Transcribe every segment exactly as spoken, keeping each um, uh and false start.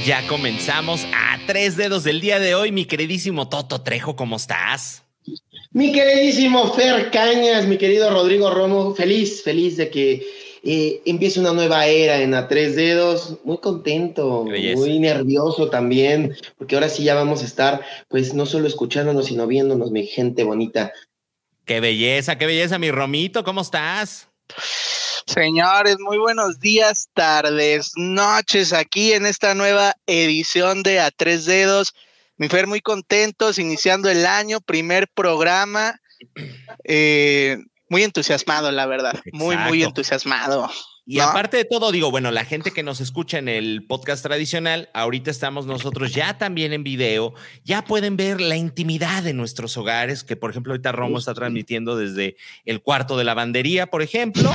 ya comenzamos a tres dedos del día de hoy. Mi queridísimo Toto Trejo, ¿cómo estás? Mi queridísimo Fer Cañas, mi querido Rodrigo Romo, feliz, feliz de que eh, empiece una nueva era en A Tres Dedos. Muy contento, muy nervioso también, porque ahora sí ya vamos a estar, pues, no solo escuchándonos, sino viéndonos, mi gente bonita. Qué belleza, qué belleza, mi Romito, ¿cómo estás? Señores, muy buenos días, tardes, noches, aquí en esta nueva edición de A Tres Dedos. Mi Fer, muy contentos, iniciando el año, primer programa, eh, muy entusiasmado, la verdad, Exacto. muy, muy entusiasmado. Y ¿no? Aparte de todo, digo, bueno, la gente que nos escucha en el podcast tradicional, ahorita estamos nosotros ya también en video, ya pueden ver la intimidad de nuestros hogares, que por ejemplo ahorita Romo está transmitiendo desde el cuarto de lavandería, por ejemplo.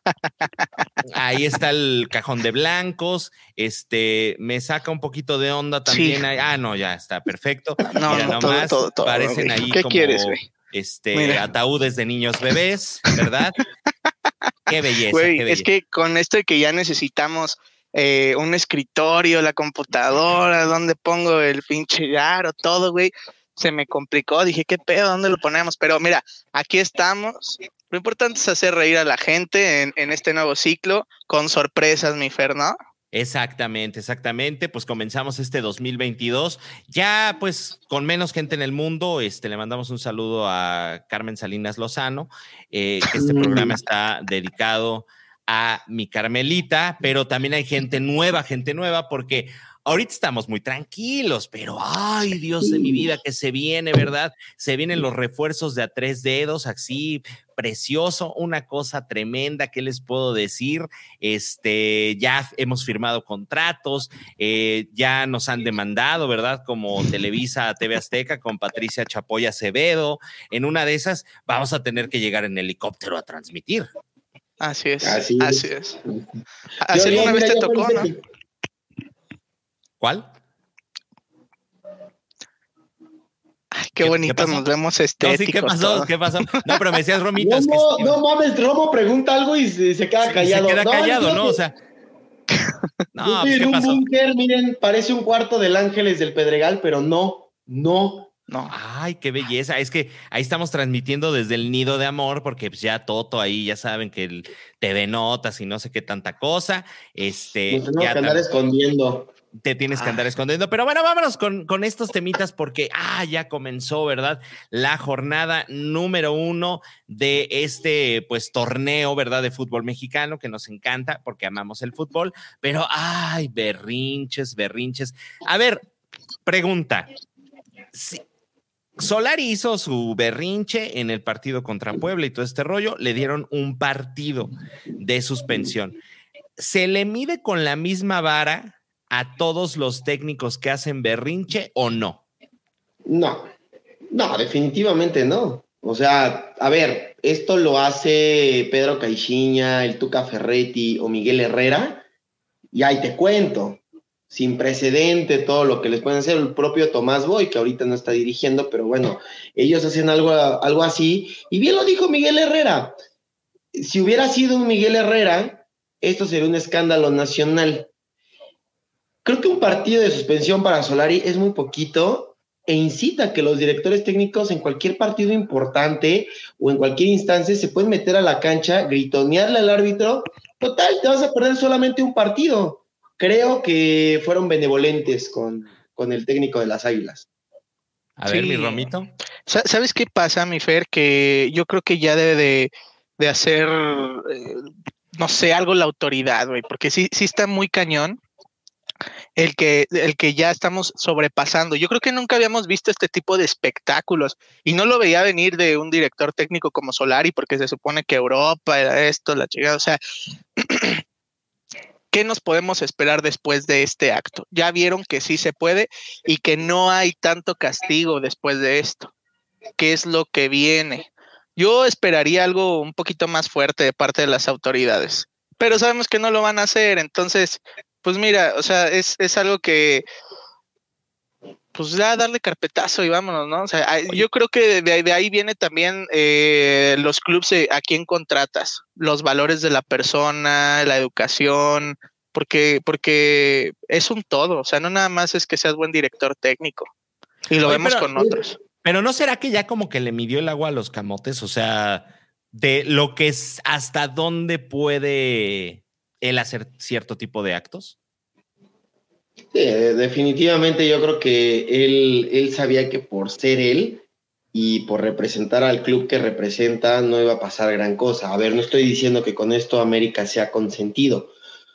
Ahí está el cajón de blancos, este, me saca un poquito de onda también. Sí. Ahí, ah, no, ya está, perfecto. No, Mira, no, nomás todo, todo, todo, parecen ahí ¿Qué como quieres, güey? Este, Mira. ataúdes de niños bebés, ¿verdad? Qué belleza, Güey, qué belleza. Es que con esto de que ya necesitamos eh, un escritorio, la computadora, ¿dónde pongo el pinche aro? Todo, güey, se me complicó. Dije, ¿qué pedo? ¿Dónde lo ponemos? Pero mira, aquí estamos. Lo importante es hacer reír a la gente en, en este nuevo ciclo con sorpresas, mi Fer, ¿no? Exactamente, exactamente. Pues comenzamos este dos mil veintidós, ya pues con menos gente en el mundo. Este, le mandamos un saludo a Carmen Salinas Lozano, eh, que este programa está dedicado a mi Carmelita, pero también hay gente nueva, gente nueva, porque ahorita estamos muy tranquilos, pero ay, Dios de mi vida, que se viene, ¿verdad? Se vienen los refuerzos de A Tres Dedos, así precioso, una cosa tremenda. ¿Qué les puedo decir? Este, ya hemos firmado contratos, eh, ya nos han demandado, ¿verdad? Como Televisa, T V Azteca, con Patricia Chapoy Acevedo. En una de esas vamos a tener que llegar en helicóptero a transmitir. Así es, así, así es. es. Así yo, una yo, vez te tocó, ¿no? Que... ¿Cuál? Ay, qué, qué bonito, ¿qué nos vemos estéticos. No, sí, ¿qué pasó? Todo. ¿Qué pasó? No, pero me decías, Romito. No, es que... no mames, Romo pregunta algo y se, se queda sí, callado. Se queda no, callado, no, ¿no? O sea... No, yo estoy pues, en un pasó? búnker, miren, parece un cuarto del Ángeles del Pedregal, pero no, no. No. Ay, qué belleza. Es que ahí estamos transmitiendo desde el Nido de Amor, porque pues ya Toto ahí, ya saben que el T V Notas y no sé qué tanta cosa. Este, Nos tenemos ya que andar escondiendo. Te tienes que andar ah. escondiendo. Pero bueno, vámonos con, con estos temitas porque ah, ya comenzó, ¿verdad? La jornada número uno de este pues torneo, ¿verdad? De fútbol mexicano que nos encanta porque amamos el fútbol. Pero ay, berrinches, berrinches. A ver, pregunta. Si Solari hizo su berrinche en el partido contra Puebla y todo este rollo, le dieron un partido de suspensión. ¿Se le mide con la misma vara a todos los técnicos que hacen berrinche o no? No, no, definitivamente no. O sea, a ver, esto lo hace Pedro Caixinha, el Tuca Ferretti o Miguel Herrera, y ahí te cuento. Sin precedente, todo lo que les pueden hacer, el propio Tomás Boy, que ahorita no está dirigiendo, pero bueno, ellos hacen algo, algo así, y bien lo dijo Miguel Herrera, si hubiera sido un Miguel Herrera, esto sería un escándalo nacional. Creo que un partido de suspensión para Solari es muy poquito, e incita a que los directores técnicos en cualquier partido importante, o en cualquier instancia, se pueden meter a la cancha, gritonearle al árbitro, total, te vas a perder solamente un partido. Creo que fueron benevolentes con, con el técnico de las Águilas. A ver, sí. Mi Romito. ¿Sabes qué pasa, mi Fer? Que yo creo que ya debe de, de hacer, eh, no sé, algo la autoridad, güey, porque sí, sí está muy cañón el que, el que ya estamos sobrepasando. Yo creo que nunca habíamos visto este tipo de espectáculos y no lo veía venir de un director técnico como Solari, porque se supone que Europa era esto, la chingada, o sea... ¿Qué nos podemos esperar después de este acto? Ya vieron que sí se puede y que no hay tanto castigo después de esto. ¿Qué es lo que viene? Yo esperaría algo un poquito más fuerte de parte de las autoridades, pero sabemos que no lo van a hacer. Entonces, pues mira, o sea, es, es algo que, pues ya darle carpetazo y vámonos, ¿no? O sea, yo creo que de, de ahí viene también eh, los clubes, a quién contratas, los valores de la persona, la educación. porque, porque es un todo, o sea, no nada más es que seas buen director técnico, y lo Oye, vemos pero, con otros. Pero ¿no será que ya como que le midió el agua a los camotes? O sea, de lo que es hasta dónde puede él hacer cierto tipo de actos. Sí, definitivamente yo creo que él, él sabía que por ser él y por representar al club que representa no iba a pasar gran cosa. A ver, no estoy diciendo que con esto América sea consentido,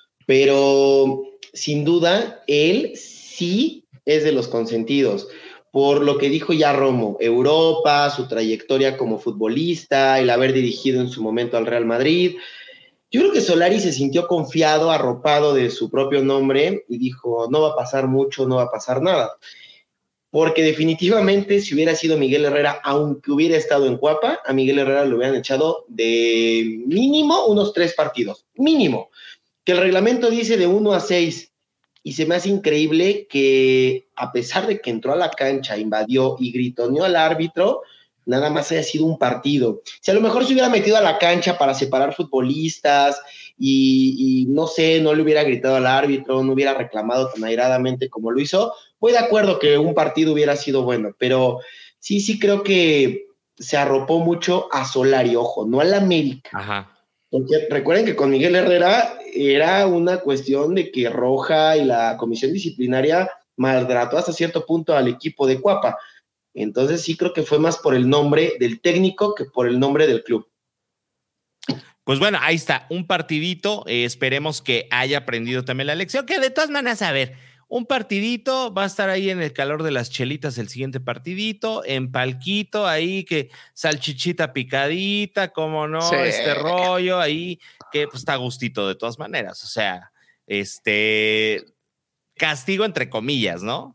pero sin duda él sí es de los consentidos. Por lo que dijo ya Romo, Europa, su trayectoria como futbolista, el haber dirigido en su momento al Real Madrid. Yo creo que Solari se sintió confiado, arropado de su propio nombre y dijo, no va a pasar mucho, no va a pasar nada. Porque definitivamente si hubiera sido Miguel Herrera, aunque hubiera estado en Cuapa, a Miguel Herrera lo hubieran echado de mínimo unos tres partidos, mínimo. Que el reglamento dice de uno a seis, y se me hace increíble que a pesar de que entró a la cancha, invadió y gritoneó al árbitro, nada más haya sido un partido. Si a lo mejor se hubiera metido a la cancha para separar futbolistas y, y no sé, no le hubiera gritado al árbitro, no hubiera reclamado tan airadamente como lo hizo, voy de acuerdo que un partido hubiera sido bueno, pero sí, sí creo que se arropó mucho a Solari, ojo, no al América. Ajá. Porque recuerden que con Miguel Herrera era una cuestión de que Roja y la comisión disciplinaria maltrató hasta cierto punto al equipo de Cuapa. Entonces sí creo que fue más por el nombre del técnico que por el nombre del club. Pues bueno, ahí está, un partidito. Eh, esperemos que haya aprendido también la lección, que de todas maneras, a ver, un partidito, va a estar ahí en el calor de las chelitas el siguiente partidito, en palquito, ahí que salchichita picadita, cómo no, sí. Este rollo ahí, que pues está a gustito de todas maneras. O sea, este castigo entre comillas, ¿no?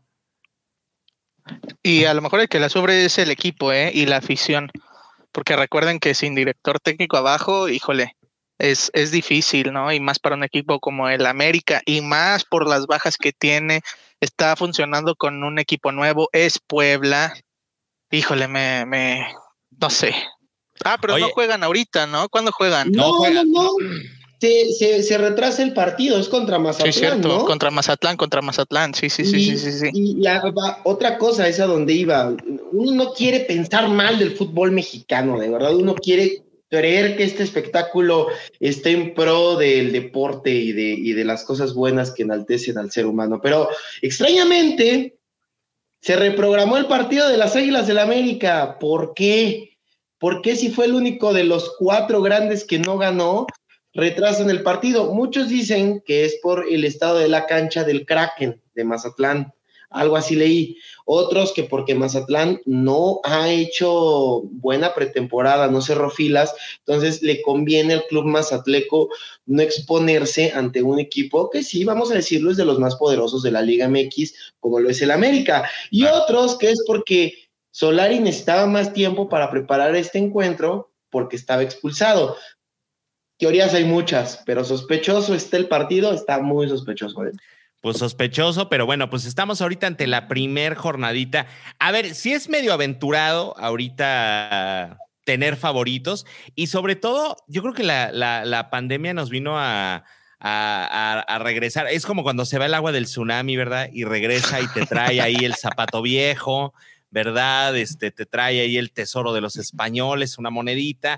Y a lo mejor el que la sufre es el equipo, ¿eh? Y la afición. Porque recuerden que sin director técnico abajo, híjole, es, es difícil, ¿no? Y más para un equipo como el América, y más por las bajas que tiene, está funcionando con un equipo nuevo, es Puebla. Híjole, me, me, no sé. Ah, pero Oye, no juegan ahorita, ¿no? ¿Cuándo juegan? No, no juegan. no, no. Se, se, se retrasa el partido, es contra Mazatlán, sí, cierto, ¿no? Contra Mazatlán, contra Mazatlán, sí, sí, y, sí, sí, sí. Y, y a, a, otra cosa es a donde iba. Uno no quiere pensar mal del fútbol mexicano, de verdad, uno quiere creer que este espectáculo esté en pro del deporte y de, y de las cosas buenas que enaltecen al ser humano, pero extrañamente se reprogramó el partido de las Águilas del América. ¿Por qué? ¿Por qué si fue el único de los cuatro grandes que no ganó? Retrasan el partido. Muchos dicen que es por el estado de la cancha del Kraken de Mazatlán, algo así leí. Otros que porque Mazatlán no ha hecho buena pretemporada, no cerró filas, entonces le conviene al club mazatleco no exponerse ante un equipo que sí, vamos a decirlo, es de los más poderosos de la Liga M X, como lo es el América. Y otros que es porque Solari necesitaba más tiempo para preparar este encuentro porque estaba expulsado. Teorías hay muchas, pero sospechoso está el partido, está muy sospechoso. ¿eh? Pues sospechoso, pero bueno, pues estamos ahorita ante la primer jornadita. A ver, si es medio aventurado ahorita tener favoritos y sobre todo, yo creo que la, la, la pandemia nos vino a, a, a, a regresar. Es como cuando se va el agua del tsunami, ¿verdad? Y regresa y te trae ahí el zapato viejo, ¿verdad? Este, te trae ahí el tesoro de los españoles, una monedita.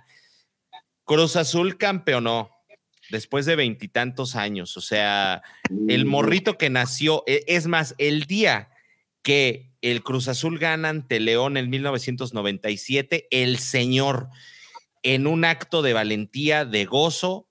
Cruz Azul campeonó después de veintitantos años, o sea, el morrito que nació, es más, el día que el Cruz Azul gana ante León en mil novecientos noventa y siete, el señor, en un acto de valentía, de gozo,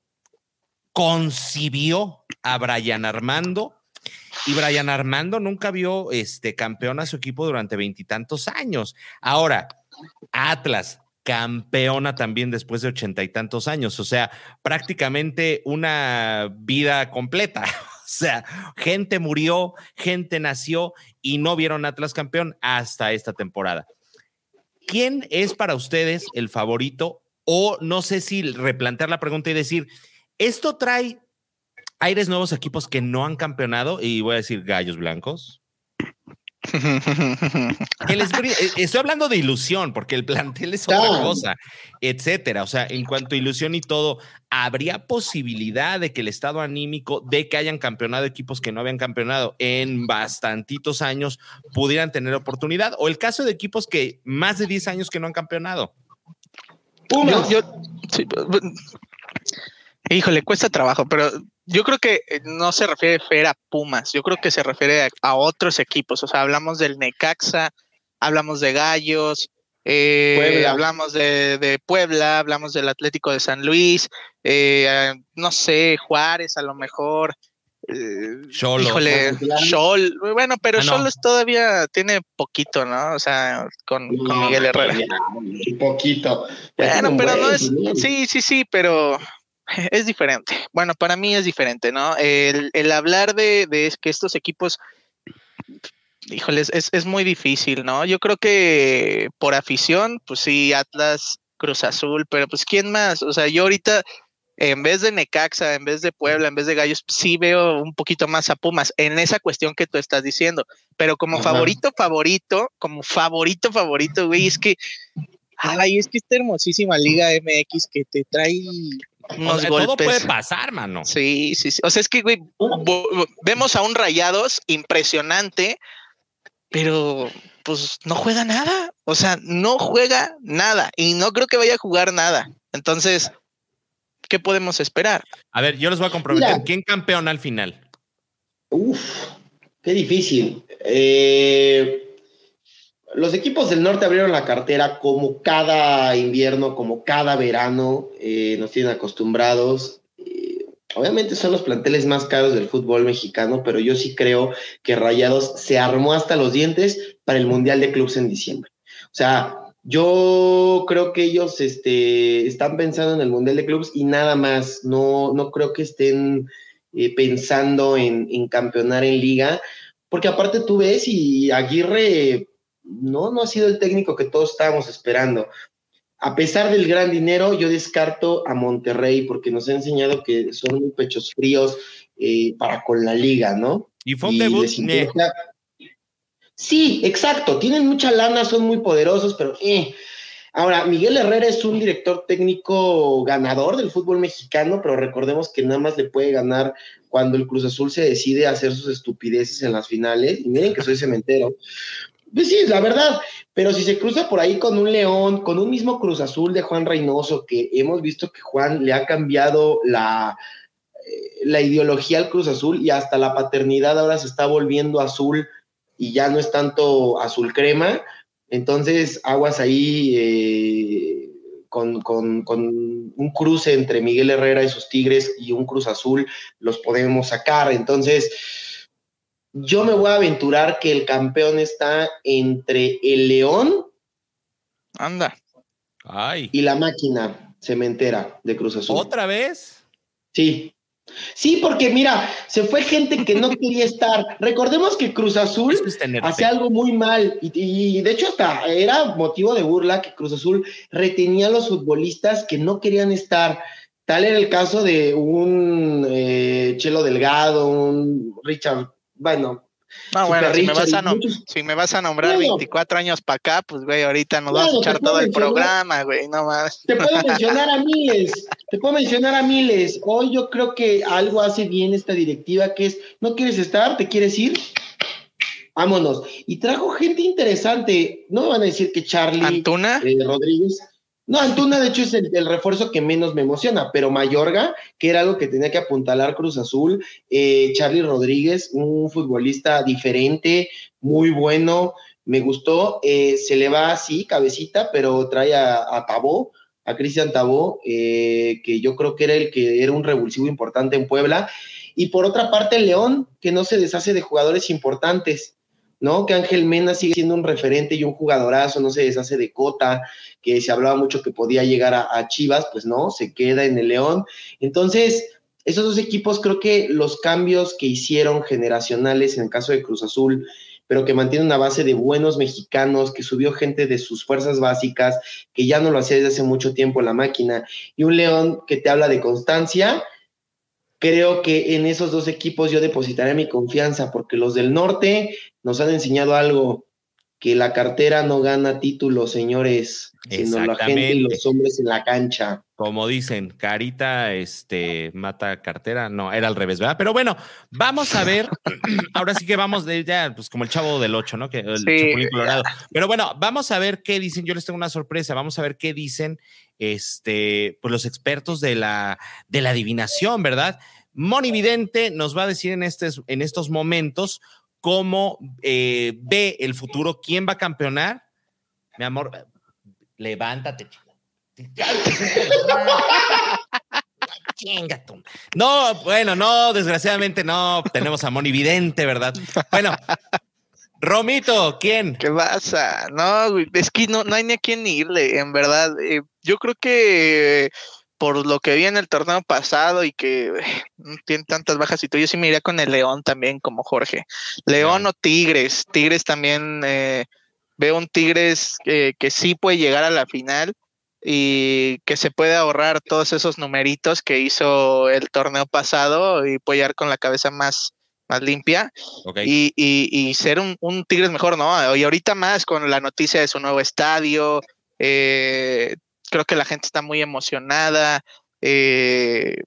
concibió a Brian Armando, y Brian Armando nunca vio este, campeón a su equipo durante veintitantos años. Ahora, Atlas, campeona también después de ochenta y tantos años, o sea, prácticamente una vida completa. O sea, gente murió, gente nació y no vieron Atlas campeón hasta esta temporada. ¿Quién es para ustedes el favorito? O no sé si replantear la pregunta y decir, ¿esto trae aires nuevos equipos que no han campeonado? Y voy a decir Gallos Blancos. Que les, estoy hablando de ilusión, porque el plantel es otra ah. cosa, etcétera. O sea, en cuanto a ilusión y todo, ¿habría posibilidad de que el estado anímico de que hayan campeonado equipos que no habían campeonado en bastantitos años pudieran tener oportunidad? O el caso de equipos que más de diez años que no han campeonado. Yo, yo, sí, híjole, cuesta trabajo, pero yo creo que no se refiere Fer a Pumas, yo creo que se refiere a, a otros equipos. O sea, hablamos del Necaxa, hablamos de Gallos, eh, hablamos de, de Puebla, hablamos del Atlético de San Luis, eh, no sé, Juárez a lo mejor. Eh, Xolos, híjole, Xol, bueno, pero ah, no. Xolos todavía tiene poquito, ¿no? O sea, con, no, con Miguel Herrera. Un poquito. Bueno, pero no es, sí, sí, sí, pero es diferente. Bueno, para mí es diferente, ¿no? El, el hablar de, de que estos equipos, híjole, es, es muy difícil, ¿no? Yo creo que por afición, pues sí, Atlas, Cruz Azul, pero pues ¿quién más? O sea, yo ahorita, en vez de Necaxa, en vez de Puebla, en vez de Gallos, sí veo un poquito más a Pumas en esa cuestión que tú estás diciendo, pero como Ajá. favorito, favorito, como favorito, favorito, güey, es que, ay, es que esta hermosísima Liga M X que te trae unos o sea, golpes. Todo puede pasar, mano. Sí, sí, sí. O sea, es que, güey, vemos a un Rayados impresionante, pero pues no juega nada. O sea, no juega nada y no creo que vaya a jugar nada. Entonces, ¿qué podemos esperar? A ver, yo les voy a comprometer. Mira, ¿quién campeona al final? Uf, qué difícil. Eh, los equipos del norte abrieron la cartera como cada invierno, como cada verano. Eh, nos tienen acostumbrados. Eh, obviamente son los planteles más caros del fútbol mexicano, pero yo sí creo que Rayados se armó hasta los dientes para el Mundial de Clubes en diciembre. O sea, yo creo que ellos este, están pensando en el Mundial de Clubes y nada más. No, no creo que estén eh, pensando en, en campeonar en Liga, porque aparte tú ves y Aguirre no, no ha sido el técnico que todos estábamos esperando. A pesar del gran dinero, yo descarto a Monterrey porque nos ha enseñado que son muy pechos fríos eh, para con la Liga, ¿no? Y fue un debut. Interesa... Sí, exacto, tienen mucha lana, son muy poderosos, pero eh. Ahora, Miguel Herrera es un director técnico ganador del fútbol mexicano, pero recordemos que nada más le puede ganar cuando el Cruz Azul se decide a hacer sus estupideces en las finales, y miren que soy cementero. Pues sí, es la verdad, pero si se cruza por ahí con un León, con un mismo Cruz Azul de Juan Reynoso, que hemos visto que Juan le ha cambiado la, eh, la ideología al Cruz Azul y hasta la paternidad ahora se está volviendo azul y ya no es tanto azul crema, entonces aguas ahí eh, con, con, con un cruce entre Miguel Herrera y sus Tigres y un Cruz Azul los podemos sacar, entonces yo me voy a aventurar que el campeón está entre el León anda Ay. y la máquina cementera de Cruz Azul. ¿Otra vez? Sí. Sí, porque mira, se fue gente que no quería estar. Recordemos que Cruz Azul hacía algo muy mal y, y de hecho hasta era motivo de burla que Cruz Azul retenía a los futbolistas que no querían estar. Tal era el caso de un eh, Chelo Delgado, un Richard, bueno. No, bueno, si me, vas a nom- muchos... si me vas a nombrar bueno, veinticuatro años para acá, pues, güey, ahorita nos bueno, vas a echar todo el programa, güey, no más. Te puedo mencionar a miles, te puedo mencionar a miles. Hoy yo creo que algo hace bien esta directiva, que es, ¿no quieres estar? ¿Te quieres ir? Vámonos. Y trajo gente interesante. No me van a decir que Charlie ¿Antuna? Eh, Rodríguez. No, Antuna de hecho es el, el refuerzo que menos me emociona, pero Mayorga, que era algo que tenía que apuntalar Cruz Azul, eh, Charlie Rodríguez, un futbolista diferente, muy bueno, me gustó, eh, se le va así, cabecita, pero trae a, a Tabó, a Cristian Tabó, eh, que yo creo que era el que era un revulsivo importante en Puebla, y por otra parte el León, que no se deshace de jugadores importantes, ¿no? Que Ángel Mena sigue siendo un referente y un jugadorazo, no se deshace de Cota, que se hablaba mucho que podía llegar a, a Chivas, pues no, se queda en el León. Entonces, esos dos equipos creo que los cambios que hicieron generacionales en el caso de Cruz Azul, pero que mantiene una base de buenos mexicanos, que subió gente de sus fuerzas básicas, que ya no lo hacía desde hace mucho tiempo la máquina, y un León que te habla de constancia, creo que en esos dos equipos yo depositaré mi confianza, porque los del norte nos han enseñado algo, que la cartera no gana títulos, señores, sino la gente y los hombres en la cancha. Como dicen, carita este, mata cartera. No, era al revés, ¿verdad? Pero bueno, vamos a ver. Ahora sí que vamos de ya, pues como el Chavo del Ocho, ¿no? Que el Sí. Chapulín Colorado. Pero bueno, vamos a ver qué dicen. Yo les tengo una sorpresa. Vamos a ver qué dicen este, pues los expertos de la, de la adivinación, ¿verdad? Moni Vidente nos va a decir en, estes, en estos momentos cómo eh, ve el futuro, quién va a campeonar. Mi amor, levántate, chica. Chingato. No, bueno, no, desgraciadamente no tenemos a Moni Vidente, ¿verdad? Bueno, Romito, ¿quién? ¿Qué pasa? No, güey, es que no, no hay ni a quién irle, en verdad. Eh, yo creo que por lo que vi en el torneo pasado y que eh, no tiene tantas bajas y todo, yo sí me iría con el León también, como Jorge. León León. o Tigres. Tigres también, eh, veo un Tigres eh, que sí puede llegar a la final y que se puede ahorrar todos esos numeritos que hizo el torneo pasado y puede llegar con la cabeza más, más limpia. Okay. Y, y, y ser un, un Tigres mejor, ¿no? Y ahorita más con la noticia de su nuevo estadio, eh, creo que la gente está muy emocionada. Eh,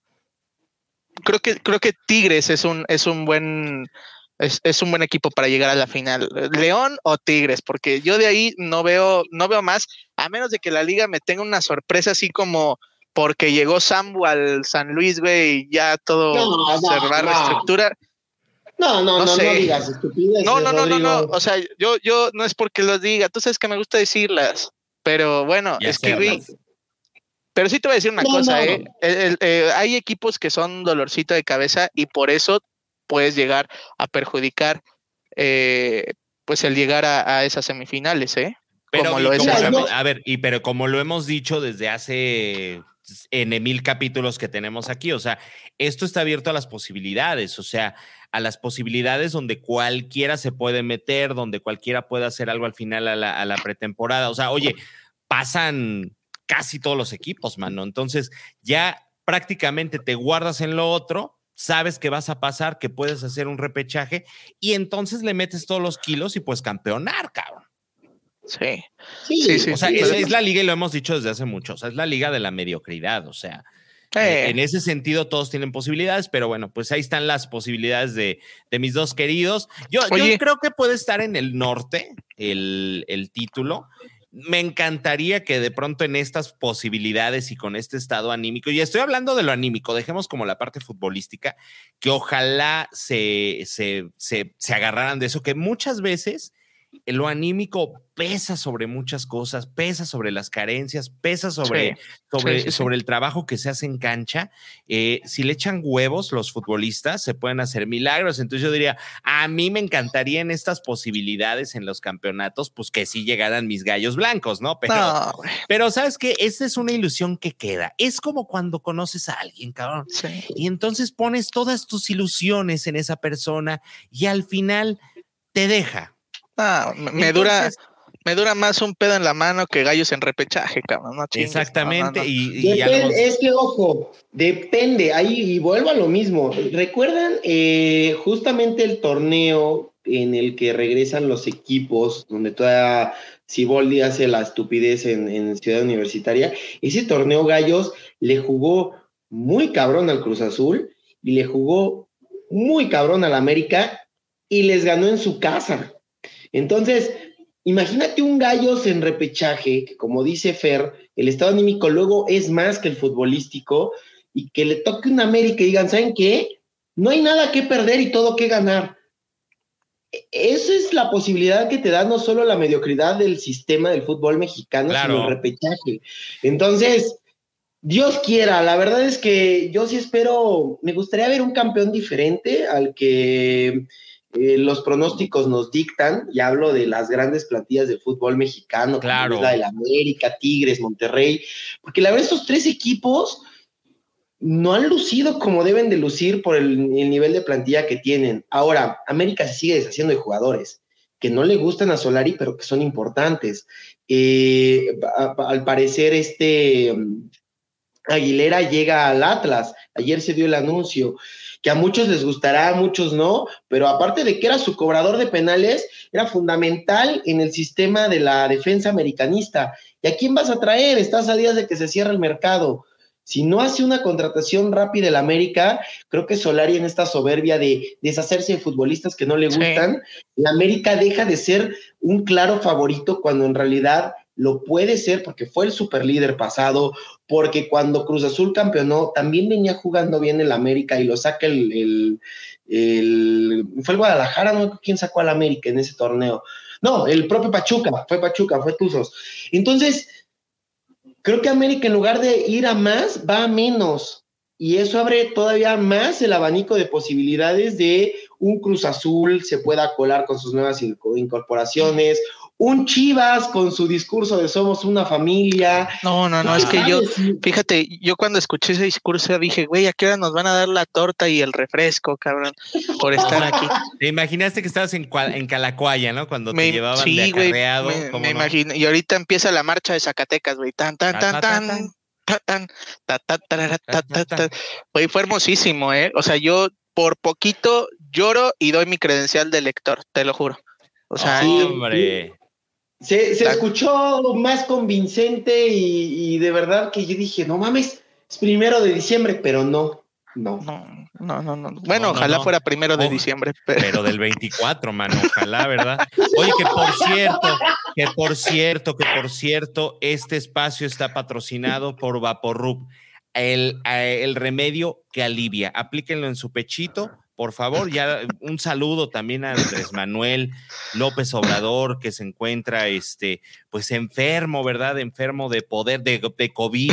creo que creo que Tigres es un es un buen es, es un buen equipo para llegar a la final. León o Tigres, porque yo de ahí no veo no veo más, a menos de que la liga me tenga una sorpresa así como porque llegó Sambu al San Luis, güey, y ya todo No, se no, va a no. reestructurar. No, no, No no, no, sé. digas estupideces, No, no, no, no, Rodrigo. no. O sea, yo, yo no es porque los diga. Tú sabes que me gusta decirlas. Pero bueno, Y es que, güey. hacerlas. Pero sí te voy a decir una No, cosa, no. ¿eh? El- el- eh, hay equipos que son dolorcito de cabeza y por eso puedes llegar a perjudicar, eh, pues, el llegar a, a esas semifinales, ¿eh? Pero, Como y lo es como el- lo Mira, hemos- yo- a ver, y pero como lo hemos dicho desde hace en mil capítulos que tenemos aquí, o sea, esto está abierto a las posibilidades, o sea, a las posibilidades donde cualquiera se puede meter, donde cualquiera puede hacer algo al final a la, a la pretemporada. O sea, oye, pasan casi todos los equipos, mano. Entonces, ya prácticamente te guardas en lo otro, sabes que vas a pasar, que puedes hacer un repechaje y entonces le metes todos los kilos y pues campeonar, cabrón. Sí. Sí, Sí, sí, O sea, sí, es, sí. es la liga y lo hemos dicho desde hace mucho. O sea, es la liga de la mediocridad. O sea, Eh, eh, en ese sentido todos tienen posibilidades, pero bueno, pues ahí están las posibilidades de, de mis dos queridos. Yo, Oye. yo creo que puede estar en el norte el, el título. Me encantaría que de pronto en estas posibilidades y con este estado anímico, y estoy hablando de lo anímico, dejemos como la parte futbolística, que ojalá se, se, se, se agarraran de eso, que muchas veces lo anímico pesa sobre muchas cosas, pesa sobre las carencias, pesa sobre, Sí, sobre, sí, sí, sí. sobre el trabajo que se hace en cancha. Eh, si le echan huevos los futbolistas, se pueden hacer milagros. Entonces yo diría, a mí me encantaría en estas posibilidades en los campeonatos, pues que sí llegaran mis gallos blancos, ¿no? Pero, No, güey. pero ¿sabes qué? Esa es una ilusión que queda. Es como cuando conoces a alguien, cabrón. Sí. Y entonces pones todas tus ilusiones en esa persona y al final te deja. No, me, me Entonces, dura me dura más un pedo en la mano que gallos en repechaje, cabrón. No chingues, exactamente. no, no, no. Y, y ya lo hemos- Depende, es que, ojo, depende, ahí y vuelvo a lo mismo. ¿Recuerdan eh, justamente el torneo en el que regresan los equipos, donde todavía Siboldi hace la estupidez en, en Ciudad Universitaria? Ese torneo Gallos le jugó muy cabrón al Cruz Azul y le jugó muy cabrón al América y les ganó en su casa. Entonces, imagínate un Gallos en repechaje, que como dice Fer, el estado anímico luego es más que el futbolístico, y que le toque un América y digan, ¿saben qué? No hay nada que perder y todo que ganar. Esa es la posibilidad que te da no solo la mediocridad del sistema del fútbol mexicano, Claro. sino el repechaje. Entonces, Dios quiera, la verdad es que yo sí espero, me gustaría ver un campeón diferente al que eh, los pronósticos nos dictan, y hablo de las grandes plantillas del fútbol mexicano, Claro. como es la del América, Tigres, Monterrey, porque la verdad estos tres equipos no han lucido como deben de lucir por el, el nivel de plantilla que tienen. Ahora, América se sigue deshaciendo de jugadores que no le gustan a Solari, pero que son importantes. Eh, a, a, al parecer, este... Aguilera llega al Atlas. Ayer se dio el anuncio, que a muchos les gustará, a muchos no, pero aparte de que era su cobrador de penales, era fundamental en el sistema de la defensa americanista. ¿Y a quién vas a traer? Estás a días de que se cierre el mercado. Si no hace una contratación rápida el América, creo que Solari en esta soberbia de deshacerse de futbolistas que no le gustan, sí. La América deja de ser un claro favorito cuando en realidad lo puede ser porque fue el superlíder pasado, porque cuando Cruz Azul campeonó también venía jugando bien el América y lo saca el, el, el fue el Guadalajara, no quién sacó al América en ese torneo. No, el propio Pachuca, fue Pachuca, fue Tuzos. Entonces, creo que América en lugar de ir a más, va a menos. Y eso abre todavía más el abanico de posibilidades de un Cruz Azul se pueda colar con sus nuevas incorporaciones, un Chivas con su discurso de somos una familia. No, no, no, ah, es que yo, fíjate, yo cuando escuché ese discurso dije, güey, ¿a qué hora nos van a dar la torta y el refresco, cabrón, por estar aquí? Te imaginaste que estabas en, en Calacuaya, ¿no? Cuando me, te llevaban sí, de acarreado. Me, me no? imagino, y ahorita empieza la marcha de Zacatecas, güey, tan, tan, tan, tan, tan, tan, tan, tan, tan, tan. Güey, fue hermosísimo, ¿eh? O sea, yo por poquito lloro y doy mi credencial de lector, te lo juro. O sea, sí, hombre. Se, se escuchó más convincente y, y de verdad que yo dije, no mames, es primero de diciembre, pero no, no. No, no, no, no. Bueno, no, no, ojalá no. fuera primero de oh, diciembre. Pero... pero del veinticuatro, mano, ojalá, ¿verdad? Oye, que por cierto, que por cierto, que por cierto, este espacio está patrocinado por Vaporub, el, el remedio que alivia. Aplíquenlo en su pechito. Por favor, ya un saludo también a Andrés Manuel López Obrador, que se encuentra este, pues enfermo, ¿verdad? Enfermo de poder, de, de COVID.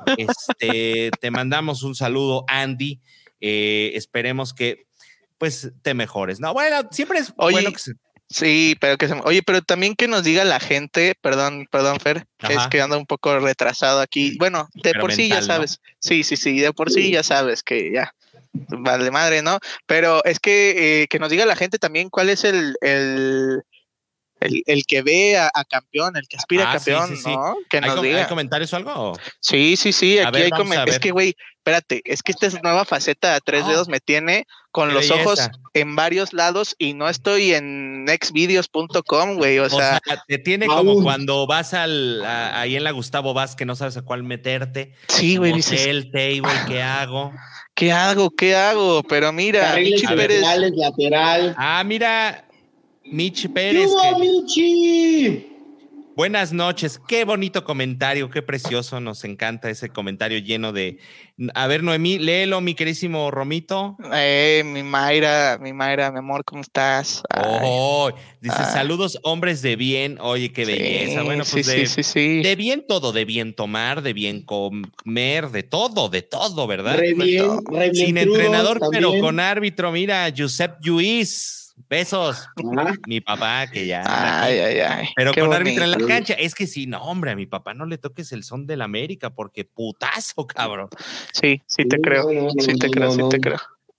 Este, te mandamos un saludo, Andy. Eh, esperemos que pues te mejores. No, bueno, siempre es Oye, bueno que se... Sí, pero que se... Oye, pero también que nos diga la gente, perdón, perdón, Fer, Ajá. es que anda un poco retrasado aquí. Bueno, de pero por mental, sí ya sabes. ¿No? Sí, sí, sí, de por sí ya sabes que ya. Vale madre, ¿no? Pero es que eh, que nos diga la gente también cuál es el, el, el, el que ve a, a campeón, el que aspira ah, a campeón, sí, sí, sí. ¿no? Que nos ¿Hay, diga. ¿Hay comentarios o algo? Sí, sí, sí, aquí ver, hay comentarios. Es que, güey, espérate, es que esta es nueva faceta a tres oh, dedos me tiene con los belleza. Ojos en varios lados y no estoy en xvideos punto com, güey, o, o sea, sea. Te tiene aún. Como cuando vas al, a, ahí en la Gustavo Vaz que no sabes a cuál meterte. Sí, güey, dices. El table, ¿qué hago? ¿Qué hago? ¿Qué hago? Pero mira, Michi Pérez. Lateral. Ah, mira, Michi Pérez. ¡Yubo, que... Michi! Buenas noches, qué bonito comentario, qué precioso, nos encanta ese comentario lleno de... A ver, Noemí, léelo, mi querísimo Romito. Eh, mi Mayra, mi Mayra, mi amor, ¿cómo estás? Oh, dice, ah. saludos, hombres de bien. Oye, qué belleza. Sí, bueno, pues sí, de, sí, sí, sí. de bien todo, de bien tomar, de bien comer, de todo, de todo, ¿verdad? Re bien, re bien Sin entrenador, también. Pero con árbitro, mira, Josep Lluís. Besos. ¿Ah? Mi papá, que ya. Ay, ay, ay. Pero con bonito. Árbitro en la cancha. Es que sí, no, hombre, a mi papá no le toques el son del América, porque putazo, cabrón. Sí, sí te creo. Sí te creo, sí te creo.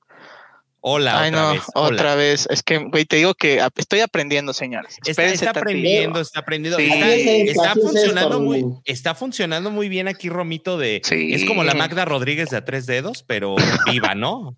Hola, Ay, otra no, vez. Otra Hola. vez. Es que, güey, te digo que estoy aprendiendo, señores. Está, está aprendiendo, está aprendiendo. Sí. Está, está Así funcionando es, muy, está funcionando muy bien aquí, Romito, de sí. Es como la Magda Rodríguez de A Tres Dedos, pero viva, ¿no?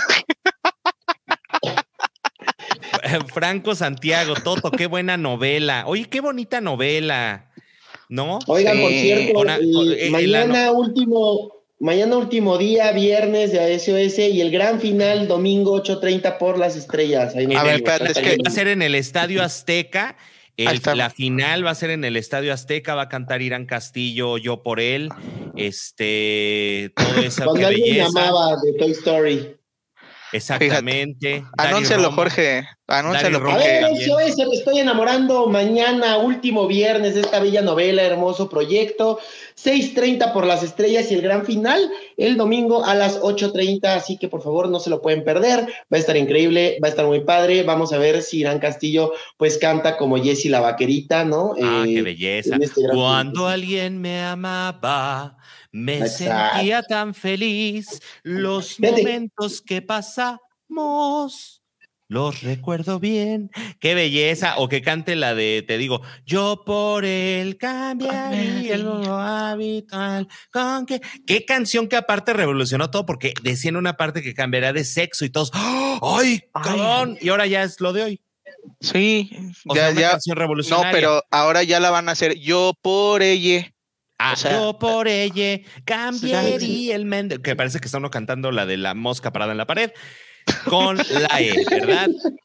Franco Santiago, Toto, qué buena novela. Oye, qué bonita novela, ¿no? Oigan, sí. Por cierto, Ona, eh, mañana la... último, mañana último día, viernes de S O S y el gran final domingo ocho treinta por Las Estrellas. Ahí a ver, espérate, es que va a ser en el Estadio Azteca. El, la final va a ser en el Estadio Azteca, va a cantar Irán Castillo, Yo por él, este, todo eso. Cuando alguien llamaba de Toy Story. Exactamente. Anúncialo, Jorge. Anúncialo, a ver, S O S, me estoy enamorando mañana, último viernes de esta bella novela, hermoso proyecto. seis treinta por Las Estrellas y el gran final el domingo a las ocho treinta. Así que por favor no se lo pueden perder. Va a estar increíble, va a estar muy padre. Vamos a ver si Irán Castillo pues canta como Jessie la Vaquerita, ¿no? Ah, eh, qué belleza. Este Cuando alguien me amaba, me Exacto. sentía tan feliz. Los Vete. momentos que pasamos. los recuerdo bien. Qué belleza. O que cante la de, te digo, yo por él cambiaría el mundo habitual. ¿Con qué? Qué canción que aparte revolucionó todo, porque decía en una parte que cambiará de sexo y todos, ¡ay, cabrón! Y ahora ya es lo de hoy. Sí, o ya, sea, una ya. canción revolucionaria. No, pero ahora ya la van a hacer yo por ella. Ah, o sea, yo por ella cambiaría el mundo. Que parece que está uno cantando la de la mosca parada en la pared. Con la E, ¿verdad?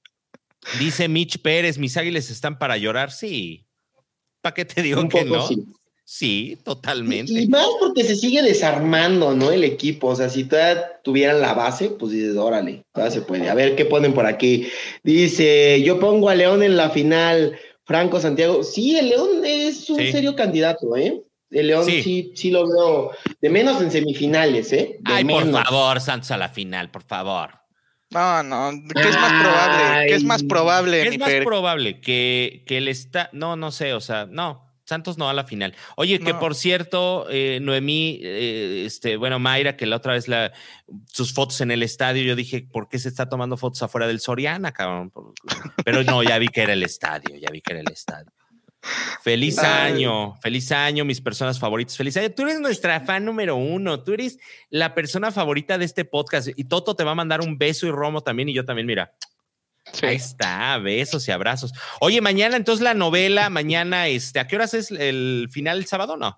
Dice Mitch Pérez, mis águilas están para llorar. Sí. ¿Para qué te digo Un que poco no? sí. Sí, totalmente. Y, y más porque se sigue desarmando, ¿no? El equipo. O sea, si todavía tuvieran la base, pues dices, órale, todavía se puede. A ver qué ponen por aquí. Dice, yo pongo a León en la final. Franco Santiago. Sí, el León es un Sí. serio candidato, ¿eh? El León sí. sí, sí lo veo. De menos en semifinales, ¿eh? De Ay, menos. por favor, Santos a la final, por favor. No, no, ¿qué es más probable? ¿Qué es más probable? ¿Qué es mi más Fer? probable? Que, que él está. No, no sé, o sea, no. Santos no a la final. Oye, que No. por cierto, eh, Noemí, eh, este, bueno, Mayra, que la otra vez la, sus fotos en el estadio, yo dije, ¿por qué se está tomando fotos afuera del Soriana, cabrón? Pero no, ya vi que era el estadio, ya vi que era el estadio. Feliz Ay. año, feliz año, mis personas favoritas. Feliz año. Tú eres nuestra fan número uno. Tú eres la persona favorita de este podcast. Y Toto te va a mandar un beso y Romo también. Y yo también, mira. Sí. Ahí está, besos y abrazos. Oye, mañana entonces la novela, mañana, este, ¿a qué horas es el final el sábado? No.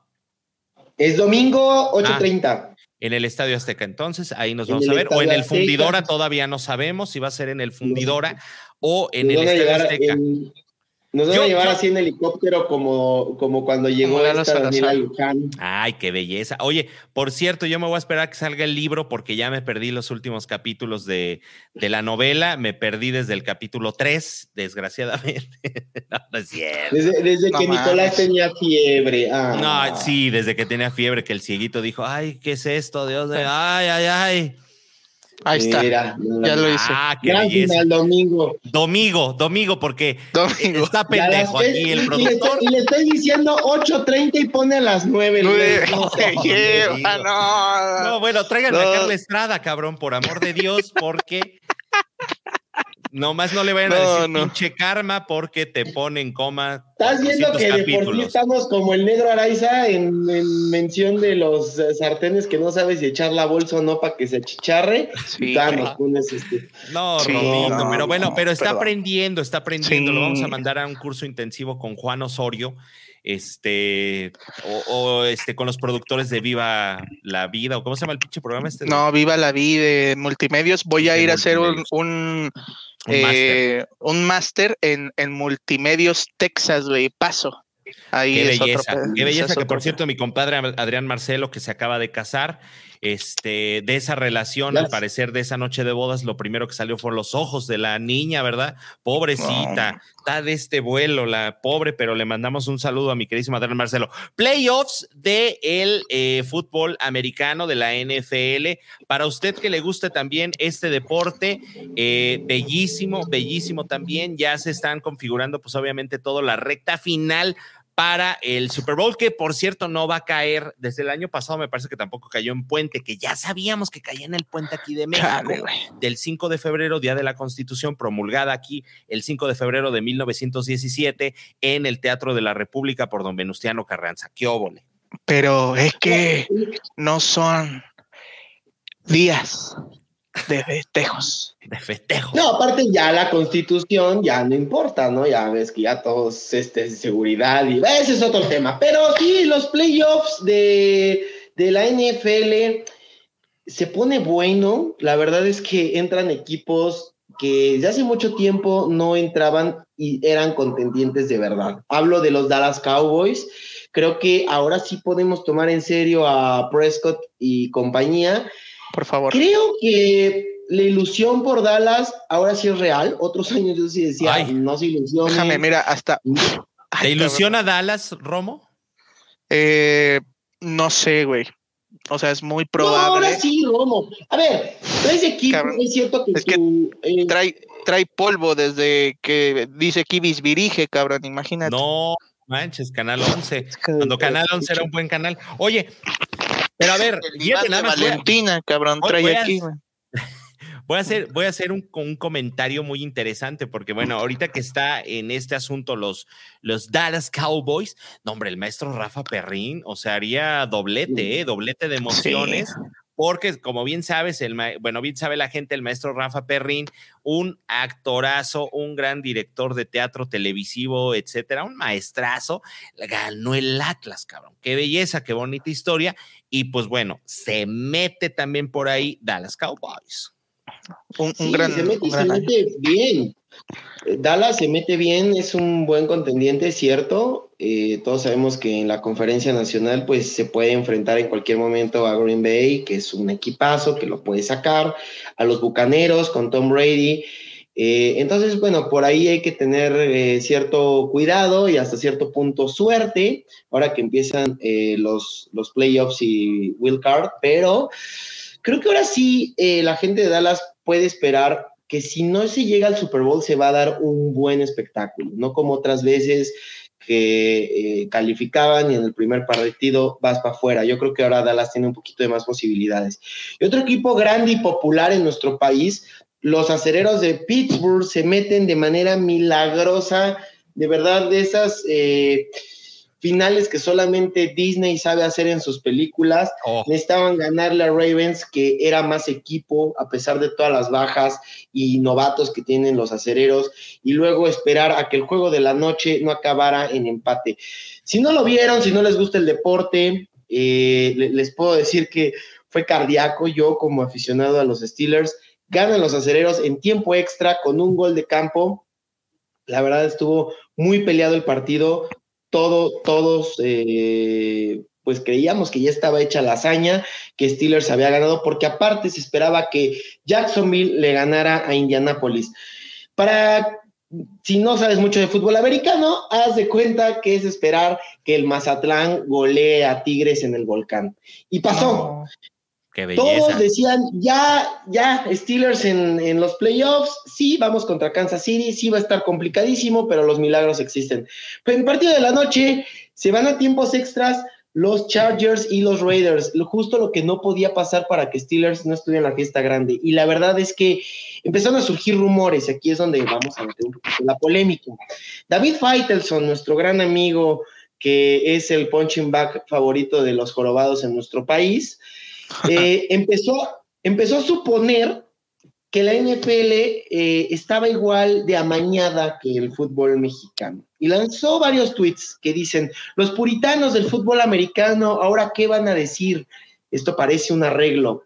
Es domingo ocho treinta. Ah, en el Estadio Azteca, entonces ahí nos En vamos el a ver. O en el Estadio Fundidora, Azteca. todavía no sabemos si va a ser en el Fundidora o en Nos el van a Estadio llevar Azteca. en- Nos van Yo- a llevar yo- así en helicóptero como, como cuando llegó Como Lalo esta Daniela Salazar. Luján. Ay, qué belleza. Oye, por cierto, yo me voy a esperar a que salga el libro porque ya me perdí los últimos capítulos de, de la novela. Me perdí desde el capítulo tres, desgraciadamente. No, no es cierto. Desde, desde No que mames. Nicolás tenía fiebre. Ah. No, sí, desde que tenía fiebre, que el cieguito dijo, ay, ¿qué es esto? Dios mío, ay, ay, ay. Ahí está. Mira, Ya lo hice. Ah, qué Gran belleza. final domingo. Domingo, domingo, porque Domingo. está Y a las pendejo tres- aquí el y- y le productor. estoy- Y le estoy diciendo ocho treinta y pone a las nueve. Nueve. No, Te no, lleva, no. no. No, bueno, tráiganme No. a Carla Estrada, cabrón, por amor de Dios, porque nomás no le vayan a No, decir no. pinche karma porque te pone en coma. Estás viendo que de por sí capítulos. estamos como el negro Araiza en, en mención de los eh, sartenes que no sabes si echar la bolsa o no para que se achicharre. Sí, y todavía güey. nos pones este. No, Sí, Romito, no, pero bueno, no, pero está perdón. aprendiendo, está aprendiendo. Lo vamos a Sí. mandar a un curso intensivo con Juan Osorio, este, o, o, este, con los productores de Viva la Vida, o cómo se llama el pinche programa este. No, viva la vida de multimedios. Voy a De ir a hacer un, multimedios. un, Un eh, un máster en, en multimedios Texas, güey. Paso. Ahí Qué es belleza, otro, qué belleza es que otro por cierto mi compadre Adrián Marcelo que se acaba de casar, este, de esa relación, Yes. al parecer de esa noche de bodas, lo primero que salió fueron los ojos de la niña, ¿verdad? Pobrecita, No. está de este vuelo, la pobre, pero le mandamos un saludo a mi queridísimo Adrián Marcelo. Playoffs de el eh, fútbol americano de la N F L, para usted que le guste también este deporte, eh, bellísimo, bellísimo también, ya se están configurando pues obviamente todo la recta final para el Super Bowl, que por cierto no va a caer desde el año pasado, me parece que tampoco cayó en Puente, que ya sabíamos que caía en el Puente aquí de México, Chale, güey. del cinco de febrero, Día de la Constitución, promulgada aquí el cinco de febrero de mil novecientos diecisiete en el Teatro de la República por don Venustiano Carranza. ¡Qué óvole! Pero es que no son días de festejos. De festejo. No, aparte ya la Constitución ya no importa, ¿no? Ya ves que ya todos este seguridad y ese es otro tema. Pero sí, los playoffs de, de la N F L se pone bueno. La verdad es que entran equipos que desde hace mucho tiempo no entraban y eran contendientes de verdad. Hablo de los Dallas Cowboys. Creo que ahora sí podemos tomar en serio a Prescott y compañía. Por favor. Creo que la ilusión por Dallas ahora sí es real. Otros años yo sí decía, Ay. no se ilusione. Déjame, mira, hasta. ¿Te Ay, ilusiona Dallas, Romo? Eh, no sé, güey. O sea, es muy No, probable. ahora sí, Romo. A ver, ese equipo Cabrón. es cierto que, Es que su, eh, Trae, trae polvo desde que dice Kibis Virige, cabrón, imagínate. No manches, Canal once. Es que- Cuando Canal once era un buen canal. Oye, pero a ver, El fíjate Iván nada de más. voy a- Valentina, cabrón, voy- trae voy a- aquí, güey. Voy a hacer, voy a hacer un, un comentario muy interesante, porque bueno, ahorita que está en este asunto los, los Dallas Cowboys, no, hombre, el maestro Rafa Perrín, o sea, haría doblete, ¿eh? Doblete de emociones. Sí. Porque, como bien sabes, el ma- bueno, bien sabe la gente, el maestro Rafa Perrín, un actorazo, un gran director de teatro televisivo, etcétera, un maestrazo, ganó el Atlas, cabrón. Qué belleza, qué bonita historia. Y pues bueno, se mete también por ahí Dallas Cowboys. Un, un sí, gran, se mete, un gran se mete bien. Dallas se mete bien, es un buen contendiente, cierto. Eh, todos sabemos que en la conferencia nacional pues se puede enfrentar en cualquier momento a Green Bay, que es un equipazo que lo puede sacar, a los Bucaneros con Tom Brady. Eh, entonces, bueno, por ahí hay que tener eh, cierto cuidado y hasta cierto punto suerte, ahora que empiezan eh, los, los playoffs y wild card, pero creo que ahora sí eh, la gente de Dallas puede esperar que si no se llega al Super Bowl se va a dar un buen espectáculo, no como otras veces que eh, calificaban y en el primer partido vas para afuera. Yo creo que ahora Dallas tiene un poquito de más posibilidades. Y otro equipo grande y popular en nuestro país, los Acereros de Pittsburgh, se meten de manera milagrosa, de verdad, de esas eh, finales que solamente Disney sabe hacer en sus películas. Oh. Necesitaban ganarle a Ravens, que era más equipo, a pesar de todas las bajas y novatos que tienen los Acereros, y luego esperar a que el juego de la noche no acabara en empate. Si no lo vieron, si no les gusta el deporte, eh, les puedo decir que fue cardíaco. Yo, como aficionado a los Steelers, ganan los Acereros en tiempo extra con un gol de campo. La verdad estuvo muy peleado el partido. Todo, todos eh, pues creíamos que ya estaba hecha la hazaña, que Steelers había ganado, porque aparte se esperaba que Jacksonville le ganara a Indianapolis. Para, si no sabes mucho de fútbol americano, haz de cuenta que es esperar que el Mazatlán golee a Tigres en el Volcán. Y pasó. Oh. Qué belleza. Todos decían, ya, ya, Steelers en, en los playoffs, sí, vamos contra Kansas City, sí va a estar complicadísimo, pero los milagros existen. Pero en el partido de la noche se van a tiempos extras los Chargers y los Raiders, lo, justo lo que no podía pasar para que Steelers no estuviera en la fiesta grande. Y la verdad es que empezaron a surgir rumores, aquí es donde vamos a meter un poquito la polémica. David Faitelson, nuestro gran amigo, que es el punching bag favorito de los jorobados en nuestro país, Eh, empezó, empezó a suponer que la N F L eh, estaba igual de amañada que el fútbol mexicano, y lanzó varios tweets que dicen: los puritanos del fútbol americano, ¿ahora qué van a decir? Esto parece un arreglo.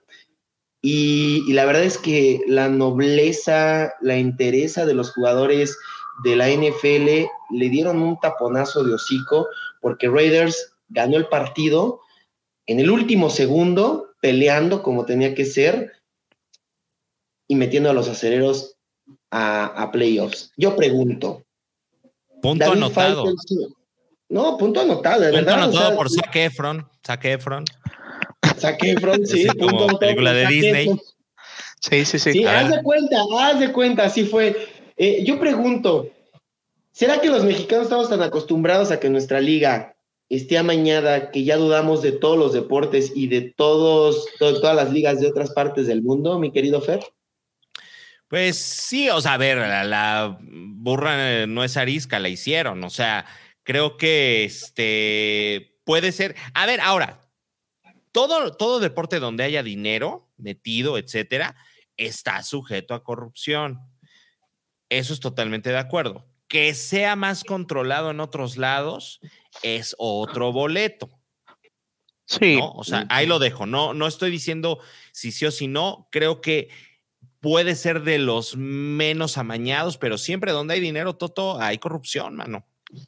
Y, y la verdad es que la nobleza, la entereza de los jugadores de la N F L le dieron un taponazo de hocico, porque Raiders ganó el partido en el último segundo, peleando como tenía que ser y metiendo a los Acereros a, a playoffs. Yo pregunto. Punto David anotado. Faitelson, no, punto anotado, de punto verdad. Punto anotado, o sea, por la, Zac Efron. Zac Efron. Zac Efron, sí. sí como punto película de Disney. Efron. Sí, sí, sí. Sí, haz de cuenta, haz de cuenta, así fue. Eh, yo pregunto, ¿será que los mexicanos estamos tan acostumbrados a que nuestra liga esté amañada que ya dudamos de todos los deportes y de todos, to- todas las ligas de otras partes del mundo, mi querido Fer? Pues sí, o sea, a ver, la, la burra no es arisca, la hicieron, o sea, creo que este puede ser. A ver, ahora, todo, todo deporte donde haya dinero metido, etcétera, está sujeto a corrupción. Eso es totalmente de acuerdo. Que sea más controlado en otros lados es otro boleto. Sí. ¿No? O sea, ahí lo dejo. No, no estoy diciendo si sí o si no. Creo que puede ser de los menos amañados, pero siempre donde hay dinero, Toto, hay corrupción, mano.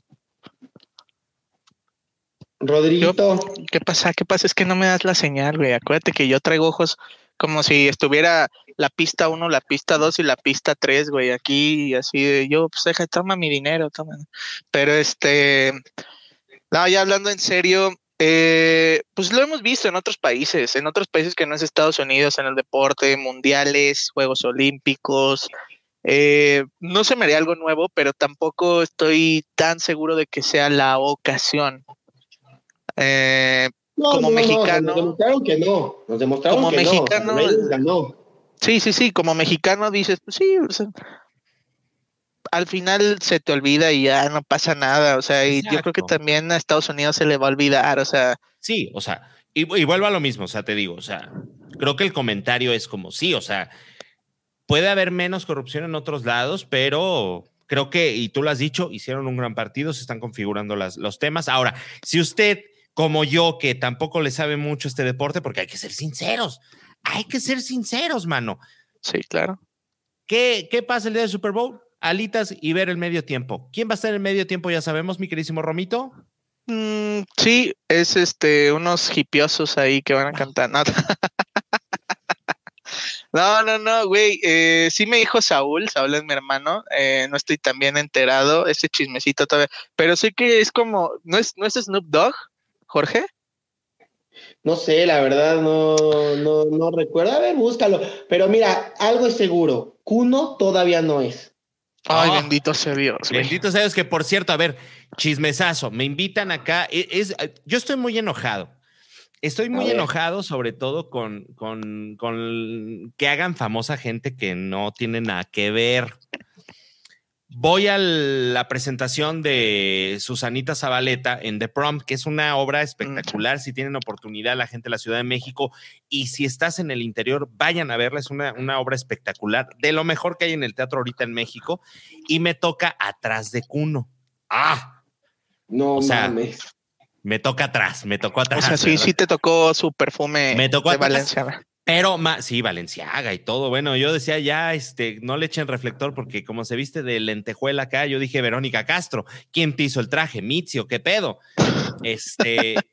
Rodriguito. Yo, ¿Qué pasa? ¿Qué pasa? Es que no me das la señal, güey. Acuérdate que yo traigo ojos como si estuviera la pista uno, la pista dos y la pista tres, güey. Aquí, así de yo, pues deja, toma mi dinero, toma. Pero este, no, ya hablando en serio, eh, pues lo hemos visto en otros países, en otros países que no es Estados Unidos, en el deporte, mundiales, Juegos Olímpicos. Eh, no se me haría algo nuevo, pero tampoco estoy tan seguro de que sea la ocasión. Eh, no, como no, mexicano. No, nos demostraron que no. Nos demostraron como que mexicano, no. Ganó. Sí, sí, sí, como mexicano dices, pues sí, o sea, al final se te olvida y ya no pasa nada, o sea, y yo creo que Exacto. también a Estados Unidos se le va a olvidar, o sea. Sí, o sea, y, y vuelvo a lo mismo, o sea, te digo, o sea, creo que el comentario es como, sí, o sea, puede haber menos corrupción en otros lados, pero creo que, y tú lo has dicho, hicieron un gran partido, se están configurando las, los temas. Ahora, si usted, como yo, que tampoco le sabe mucho este deporte, porque hay que ser sinceros, hay que ser sinceros, mano. Sí, claro. ¿Qué, qué pasa el día del Super Bowl? Alitas y ver el medio tiempo. ¿Quién va a estar en el medio tiempo? Ya sabemos, mi queridísimo Romito. Mm, sí, es este, unos hipiosos ahí que van a cantar. No, no, no, no, güey. Eh, sí me dijo Saúl, Saúl es mi hermano. Eh, no estoy tan bien enterado, ese chismecito todavía. Pero sé que es como, ¿no es, no es Snoop Dogg, Jorge? No sé, la verdad no, no, no recuerdo. A ver, búscalo. Pero mira, algo es seguro. Kuno todavía no es. Ay, Oh, bendito sea Dios, güey. bendito sea Dios, que por cierto, a ver, chismesazo, me invitan acá. Es, es, yo estoy muy enojado. Estoy muy enojado, sobre todo con, con, con que hagan famosa gente que no tiene nada que ver. Voy a la presentación de Susanita Zabaleta en The Prom, que es una obra espectacular. Si tienen oportunidad, la gente de la Ciudad de México, y si estás en el interior, vayan a verla. Es una, una obra espectacular, de lo mejor que hay en el teatro ahorita en México. Y me toca atrás de Kuno. ¡Ah! No o sea, mames. Me toca atrás, me tocó atrás. O sea, sí, ¿verdad? sí te tocó su perfume me tocó de atrás, Valenciaga. Pero ma, sí, Valenciaga y todo. Bueno, yo decía ya, este, no le echen reflector porque como se viste de lentejuela acá, yo dije Verónica Castro. ¿Quién te hizo el traje? Mitzio, ¿qué pedo? Este,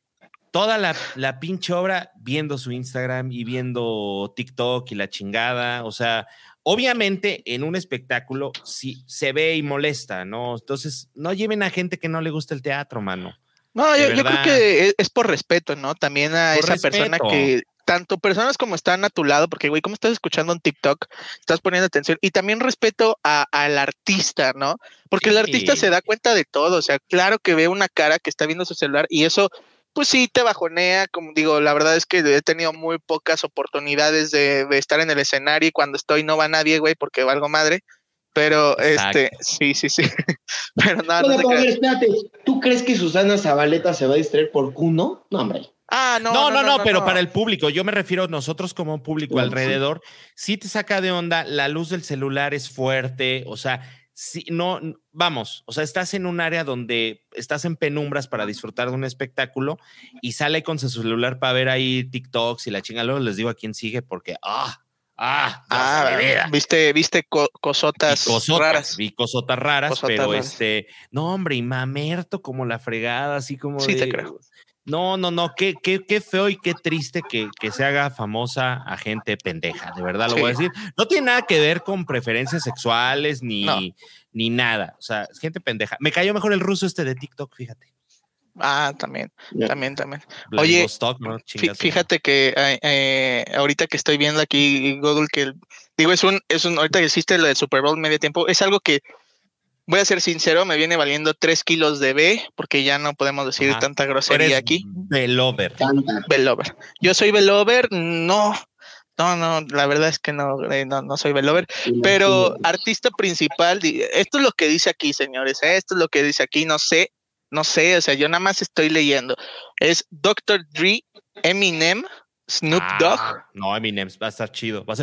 toda la, la pinche obra viendo su Instagram y viendo TikTok y la chingada. O sea, obviamente en un espectáculo sí se ve y molesta, ¿no? Entonces, no lleven a gente que no le gusta el teatro, mano. No, yo, yo creo que es por respeto, ¿no? También a por esa respeto. persona que, tanto personas como están a tu lado, porque, güey, ¿cómo estás escuchando un TikTok? Estás poniendo atención. Y también respeto a, al artista, ¿no? Porque sí. El artista se da cuenta de todo. O sea, claro que ve una cara que está viendo su celular y eso, pues sí, te bajonea. Como digo, la verdad es que he tenido muy pocas oportunidades de, de estar en el escenario y cuando estoy no va nadie, güey, porque valgo madre. Pero, Exacto. este, sí, sí, sí. Pero nada, bueno, no pero a ver, espérate. ¿Tú crees que Susana Zabaleta se va a distraer por Kuno? No, hombre. Ah, no, no, no, no, no, no, pero no. para el público, yo me refiero a nosotros como público no, alrededor, sí. sí te saca de onda, la luz del celular es fuerte, o sea, sí, no, vamos, o sea, estás en un área donde estás en penumbras para disfrutar de un espectáculo y sale con su celular para ver ahí TikToks y la chinga, luego les digo a quién sigue porque, ah, ah, ah, viste, viste co cosotas, cosotas raras. Vi cosotas raras, cosotas pero raras. este, no, hombre, y mamerto como la fregada, así como sí, de... te creo. No, no, no, qué, qué, qué feo y qué triste que, que se haga famosa a gente pendeja, de verdad lo sí. voy a decir. No tiene nada que ver con preferencias sexuales ni, no. ni nada, o sea, es gente pendeja. Me cayó mejor el ruso este de TikTok, fíjate. Ah, también, yeah. también, también. Black Oye, Stock, ¿no? fíjate que eh, eh, ahorita que estoy viendo aquí Google, que digo, es un, es un, ahorita que existe lo del Super Bowl medio tiempo, es algo que voy a ser sincero, me viene valiendo tres kilos de B, porque ya no podemos decir Ajá. tanta grosería aquí. Belover. Belover. Yo soy Belover, no, no, no, la verdad es que no, no, no soy Belover, pero artista principal, esto es lo que dice aquí, señores, esto es lo que dice aquí, no sé, no sé, o sea, yo nada más estoy leyendo. Es doctor Dre, Eminem, Snoop Dogg. Ah, no, Eminem va a estar chido. Va a ser...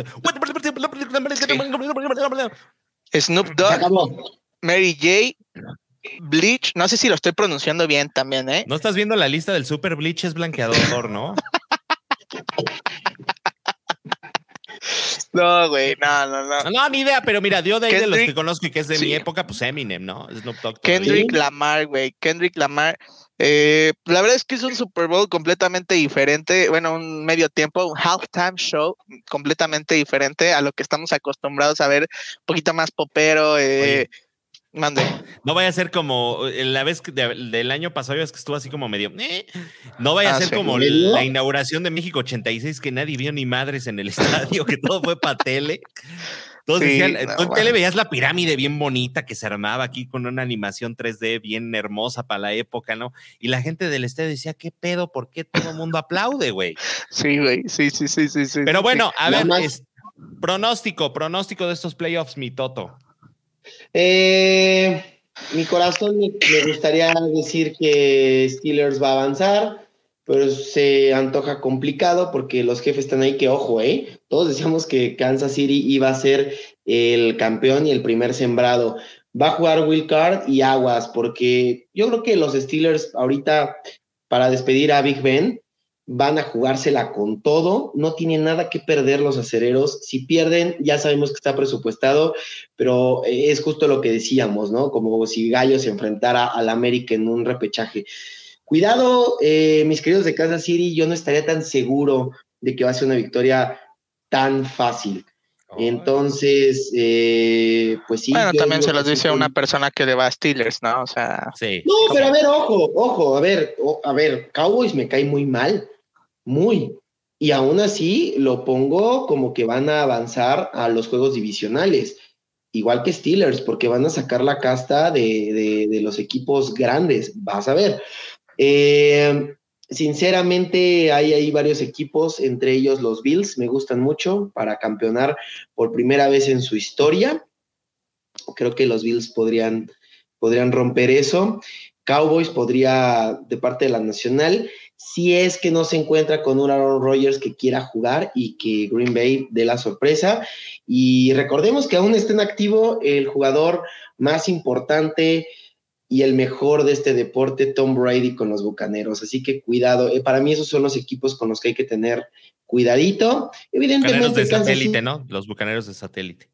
sí. Snoop Dogg. Mary J, Bleach, no sé si lo estoy pronunciando bien también, ¿eh? No estás viendo la lista del Super Bleach, es blanqueador, ¿no? No, güey, no, no, no. No, no, ni idea, pero mira, yo de, de los que conozco y que es de sí. mi época, pues Eminem, ¿no? Snoop Dogg. Kendrick Lamar, güey, Kendrick Lamar. Eh, la verdad es que es un Super Bowl completamente diferente, bueno, un medio tiempo, un halftime show completamente diferente a lo que estamos acostumbrados a ver, un poquito más popero, eh, mande. No vaya a ser como la vez que de, del año pasado, es que estuvo así como medio, eh, no vaya ah, a ser sí. como la inauguración de México ochenta y seis, que nadie vio ni madres en el estadio, que todo fue para tele. Todos sí, decían, no, tú en tele veías la pirámide bien bonita que se armaba aquí con una animación tres D bien hermosa para la época, ¿no? Y la gente del estadio decía, ¿qué pedo? ¿Por qué todo el mundo aplaude, güey? Sí, güey, sí, sí, sí, sí, sí. Pero bueno, a ver, más, es... Pronóstico, pronóstico de estos playoffs, mi Toto. Eh, mi corazón me, me gustaría decir que Steelers va a avanzar, pero se antoja complicado porque los jefes están ahí que, ojo, ¿eh? Todos decíamos que Kansas City iba a ser el campeón y el primer sembrado. Va a jugar Wild Card y aguas, porque yo creo que los Steelers ahorita, para despedir a Big Ben, van a jugársela con todo, no tienen nada que perder los acereros. Si pierden, ya sabemos que está presupuestado, pero es justo lo que decíamos, ¿no? Como si Gallo se enfrentara al América en un repechaje. Cuidado, eh, mis queridos de Kansas City, yo no estaría tan seguro de que va a ser una victoria tan fácil. Entonces, eh, pues sí. Bueno, también se los sí, dice sí, una persona que le va a Steelers, ¿no? O sea. Sí. No, pero a ver, ojo, ojo, a ver, o, a ver, Cowboys me cae muy mal, muy. Y aún así lo pongo como que van a avanzar a los juegos divisionales, igual que Steelers, porque van a sacar la casta de, de, de los equipos grandes, vas a ver. Eh, sinceramente hay ahí varios equipos, entre ellos los Bills, me gustan mucho para campeonar por primera vez en su historia. Creo que los Bills podrían, podrían romper eso. Cowboys podría, de parte de la nacional, si es que no se encuentra con un Aaron Rodgers que quiera jugar y que Green Bay dé la sorpresa. Y recordemos que aún está en activo el jugador más importante y el mejor de este deporte, Tom Brady, con los Bucaneros. Así que cuidado. Eh, para mí esos son los equipos con los que hay que tener cuidadito. Evidentemente, Bucaneros de Kansas satélite, City, ¿no? Los Bucaneros de satélite.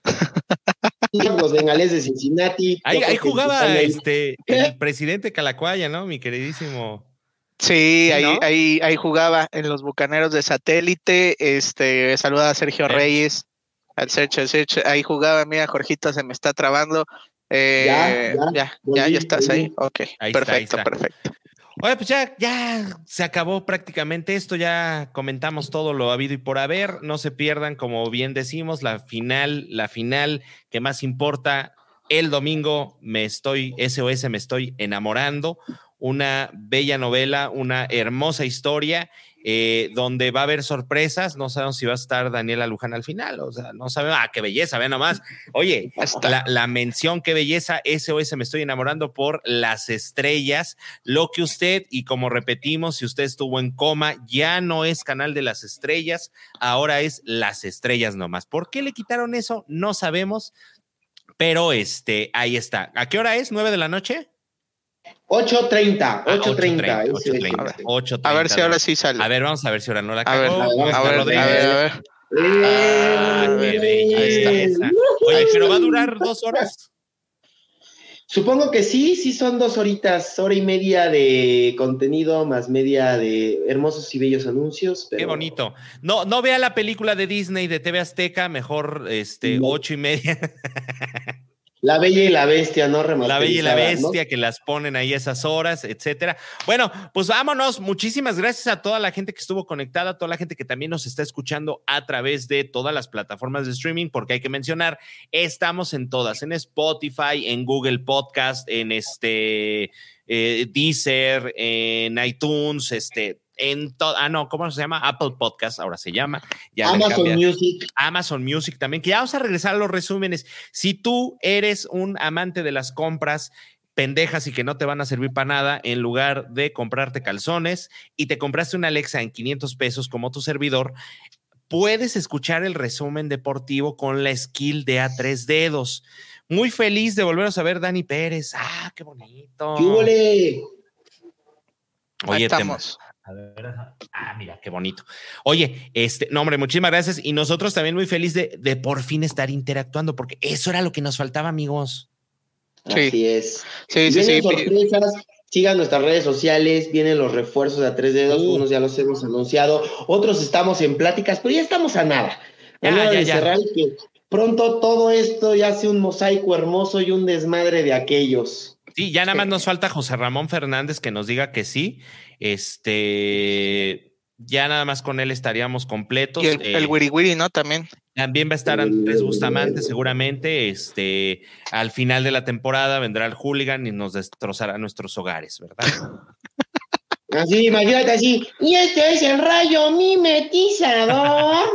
los Bengales de Cincinnati. Ahí, ahí jugaba el... este, el presidente Calacuaya, ¿no? Mi queridísimo. Sí, Sí, ahí, ¿no? ahí, ahí jugaba en los Bucaneros de satélite. Este, saluda a Sergio Sergio. Reyes, al Sergio, al Sergio. Ahí jugaba, mira, Jorgito se me está trabando. Eh, Ya, ya, ya, volví, ya, ya estás volví. ahí. Ok, Ahí está, ahí perfecto, está. perfecto. Oye, pues ya, ya se acabó prácticamente esto, ya comentamos todo lo habido y por haber. No se pierdan, como bien decimos, la final, la final que más importa el domingo. Me estoy, S O S, me estoy enamorando. Una bella novela, una hermosa historia, eh, donde va a haber sorpresas. No sabemos si va a estar Daniela Luján al final, o sea, no sabemos. Ah, qué belleza, ve nomás. Oye, la, la mención, qué belleza, S O S, me estoy enamorando por las estrellas. Lo que usted, y como repetimos, si usted estuvo en coma, ya no es Canal de las Estrellas, ahora es Las Estrellas nomás. ¿Por qué le quitaron eso? No sabemos, pero este, ahí está. ¿A qué hora es? ¿nueve de la noche? ocho treinta, Ah, ocho treinta. ocho treinta, ocho treinta. A ver si ahora sí sale. A ver, vamos a ver si ahora no la A ver, cagó. a ver, a ver, a ver, a ver. Ah, A qué ver, belleza. Oye, pero va a durar dos horas. Supongo que sí, sí son dos horitas, hora y media de contenido más media de hermosos y bellos anuncios. Pero... Qué bonito. No, no vea la película de Disney de T V Azteca, mejor este No. ocho y media. La Bella y la Bestia, ¿no? La Bella y la Bestia, ¿no? que las ponen ahí esas horas, etcétera. Bueno, pues vámonos. Muchísimas gracias a toda la gente que estuvo conectada, a toda la gente que también nos está escuchando a través de todas las plataformas de streaming, porque hay que mencionar, estamos en todas, en Spotify, en Google Podcast, en este eh, Deezer, en iTunes, este, en todo, ah, no, ¿cómo se llama? Apple Podcast, ahora se llama. Ya Amazon Music. Amazon Music también, que ya vamos a regresar a los resúmenes. Si tú eres un amante de las compras pendejas y que no te van a servir para nada, en lugar de comprarte calzones y te compraste una Alexa en quinientos pesos como tu servidor, puedes escuchar el resumen deportivo con la skill de a tres dedos. Muy feliz de volveros a ver, Dani Pérez. Ah, qué bonito. ¡Qué huele! Oye, estamos. A ver, ah, mira, qué bonito. Oye, este, no, hombre, muchísimas gracias. Y nosotros también muy feliz de, de por fin estar interactuando, porque eso era lo que nos faltaba, amigos. Así Sí. es. Sí, sí, vienen sí. sorpresas, sigan nuestras redes sociales, vienen los refuerzos de a tres dedos, Uh. unos ya los hemos anunciado, otros estamos en pláticas, pero ya estamos a nada. A Ya, nada ya, de ya. cerrar y que pronto todo esto ya sea un mosaico hermoso y un desmadre de aquellos. Sí, ya nada más nos falta José Ramón Fernández que nos diga que sí. Este, ya nada más con él estaríamos completos. Y el, Eh, el Wiri Wiri, ¿no? También. También va a estar Andrés Bustamante, seguramente. Este, al final de la temporada vendrá el hooligan y nos destrozará nuestros hogares, ¿verdad? Así, imagínate así. Y este es el rayo mimetizador.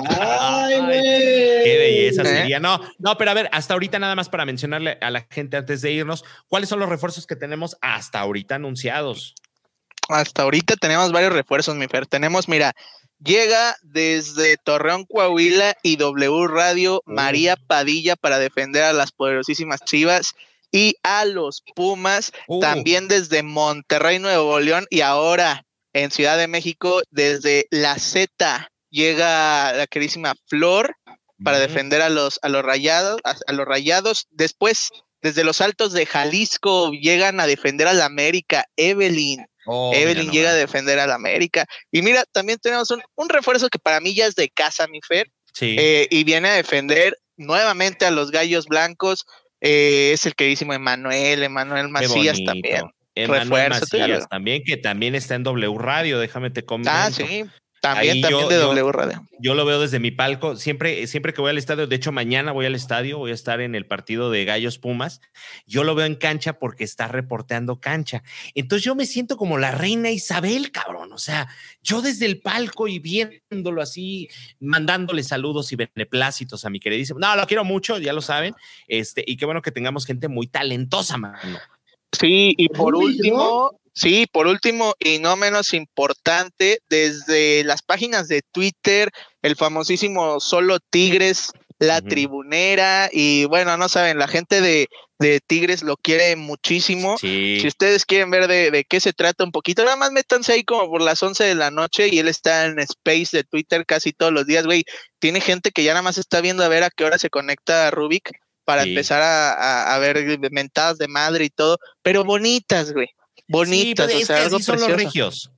Ay, güey. Qué belleza sería. No, no, pero a ver, hasta ahorita nada más para mencionarle a la gente antes de irnos, ¿cuáles son los refuerzos que tenemos hasta ahorita anunciados? Hasta ahorita tenemos varios refuerzos, mi Fer. Tenemos, mira, llega desde Torreón, Coahuila y W Radio uh. María Padilla para defender a las poderosísimas Chivas y a los Pumas, uh. también desde Monterrey, Nuevo León, y ahora en Ciudad de México, desde la Z, llega la queridísima Flor para uh. defender a los, a los rayados, a, a los rayados. Después, desde los Altos de Jalisco, llegan a defender a la América, Evelyn. Oh, Evelyn no llega va. a defender a la América. Y mira, también tenemos un, un refuerzo que para mí ya es de casa, mi Fer, sí. eh, y viene a defender nuevamente a los Gallos Blancos. Eh, es el queridísimo Emanuel, Emanuel Macías también. Emanuel Macías también, que también está en W Radio, déjame te comento. Ah, sí, también, Ahí también yo, de W yo, Radio. Yo lo veo desde mi palco, siempre, siempre que voy al estadio, de hecho mañana voy al estadio, voy a estar en el partido de Gallos Pumas, yo lo veo en cancha porque está reporteando cancha. Entonces yo me siento como la reina Isabel, cabrón, o sea, yo desde el palco y viéndolo así, mandándole saludos y beneplácitos a mi queridísimo, no, lo quiero mucho, ya lo saben, este, y qué bueno que tengamos gente muy talentosa, mano. Sí, y por Uy, último... ¿no? Sí, por último y no menos importante, desde las páginas de Twitter, el famosísimo Solo Tigres, La uh-huh. Tribunera, y bueno, no saben, la gente de, de Tigres lo quiere muchísimo. Sí. Si ustedes quieren ver de, de qué se trata un poquito, nada más métanse ahí como por las once de la noche y él está en Space de Twitter casi todos los días, güey. Tiene gente que ya nada más está viendo a ver a qué hora se conecta a Rubik para sí. empezar a, a, a ver mentadas de madre y todo, pero bonitas, güey. Bonitas, sí, o sea, es que algo así son precioso. Los regios.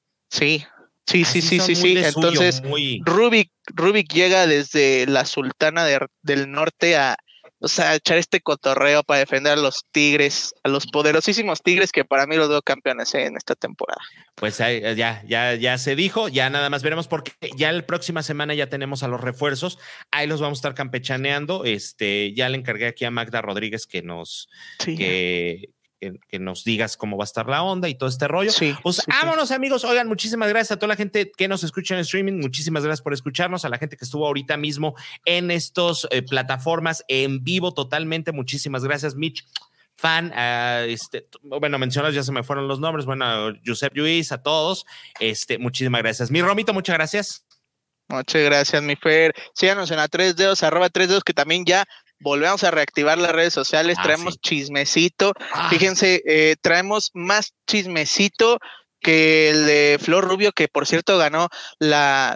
Sí, sí, sí, sí, sí, sí. Entonces, suyo, muy... Rubik, Rubik llega desde la Sultana de, del Norte a, o sea, a echar este cotorreo para defender a los Tigres, a los poderosísimos Tigres que para mí los veo campeones en esta temporada. Pues ya, ya, ya se dijo, ya nada más veremos porque ya la próxima semana ya tenemos a los refuerzos, ahí los vamos a estar campechaneando. Este, ya le encargué aquí a Magda Rodríguez que nos, sí. que Que, que nos digas cómo va a estar la onda y todo este rollo. Sí, pues sí, vámonos, sí. amigos. Oigan, muchísimas gracias a toda la gente que nos escucha en streaming. Muchísimas gracias por escucharnos. A la gente que estuvo ahorita mismo en estas eh, plataformas en vivo totalmente. Muchísimas gracias, Mitch. Fan, uh, este, bueno, mencionas, ya se me fueron los nombres. Bueno, Josep Luis, a todos. Este, muchísimas gracias. Mi Romito, muchas gracias. Muchas gracias, mi Fer. Síganos en a tres dedos, arroba tres dedos, que también ya volvemos a reactivar las redes sociales, ah, traemos sí. chismecito, ah. fíjense, eh, traemos más chismecito que el de Flor Rubio, que por cierto ganó la,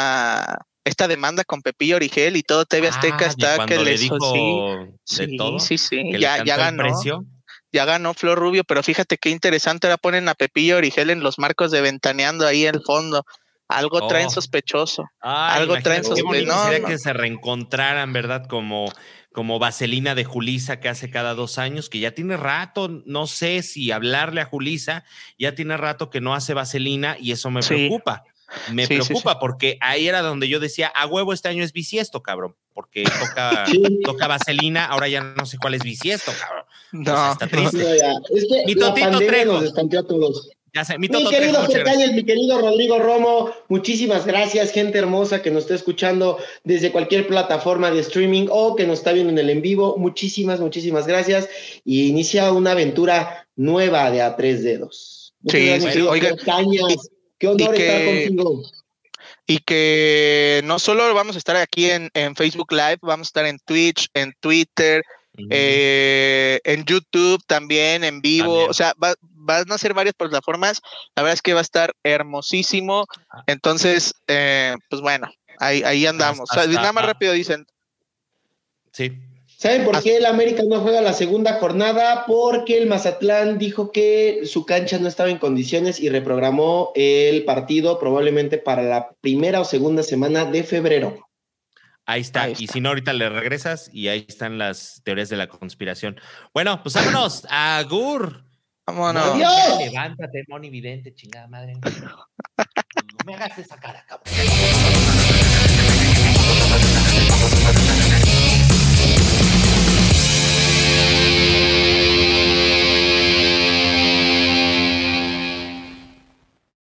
la esta demanda con Pepillo Origel y todo T V Azteca ah, está que le les dijo sí, de todo, sí, sí, ya, ya ganó. Ya ganó Flor Rubio, pero fíjate qué interesante, ahora ponen a Pepillo Origel en los marcos de Ventaneando ahí en el fondo. Algo oh. traen sospechoso. Ay, algo traen sospechoso. No, sería no. que se reencontraran, ¿verdad? Como, como Vaselina de Julissa que hace cada dos años, que ya tiene rato, no sé si hablarle a Julissa, ya tiene rato que no hace Vaselina y eso me sí. preocupa. Me sí, preocupa sí, sí. porque ahí era donde yo decía, a huevo este año es bisiesto, cabrón, porque toca, sí. toca Vaselina, ahora ya no sé cuál es bisiesto, cabrón. No. O sea, está triste. No, ya. Es que mi la pandemia nos espanteó a todos. Ya sé, mi, mi querido Fercañas, mi querido Rodrigo Romo, muchísimas gracias, gente hermosa que nos está escuchando desde cualquier plataforma de streaming o que nos está viendo en el en vivo, muchísimas, muchísimas gracias, y inicia una aventura nueva de A Tres Dedos. Sí, gracias, sí, oiga, Fercañas, qué honor que, estar contigo. Y que no solo vamos a estar aquí en, en Facebook Live, vamos a estar en Twitch, en Twitter, Uh-huh. Eh, en YouTube también, en vivo, también. O sea, va, van a ser varias plataformas, la verdad es que va a estar hermosísimo, entonces, eh, pues bueno, ahí, ahí andamos, hasta, o sea, nada más rápido dicen. Sí. ¿Saben por qué el América no juega la segunda jornada? Porque el Mazatlán dijo que su cancha no estaba en condiciones y reprogramó el partido probablemente para la primera o segunda semana de febrero. Ahí está. Ahí está, y si no, ahorita le regresas y ahí están las teorías de la conspiración. Bueno, pues vámonos, agur. Vámonos. Adiós. Levántate, Moni Vidente, chingada madre. No me hagas esa cara.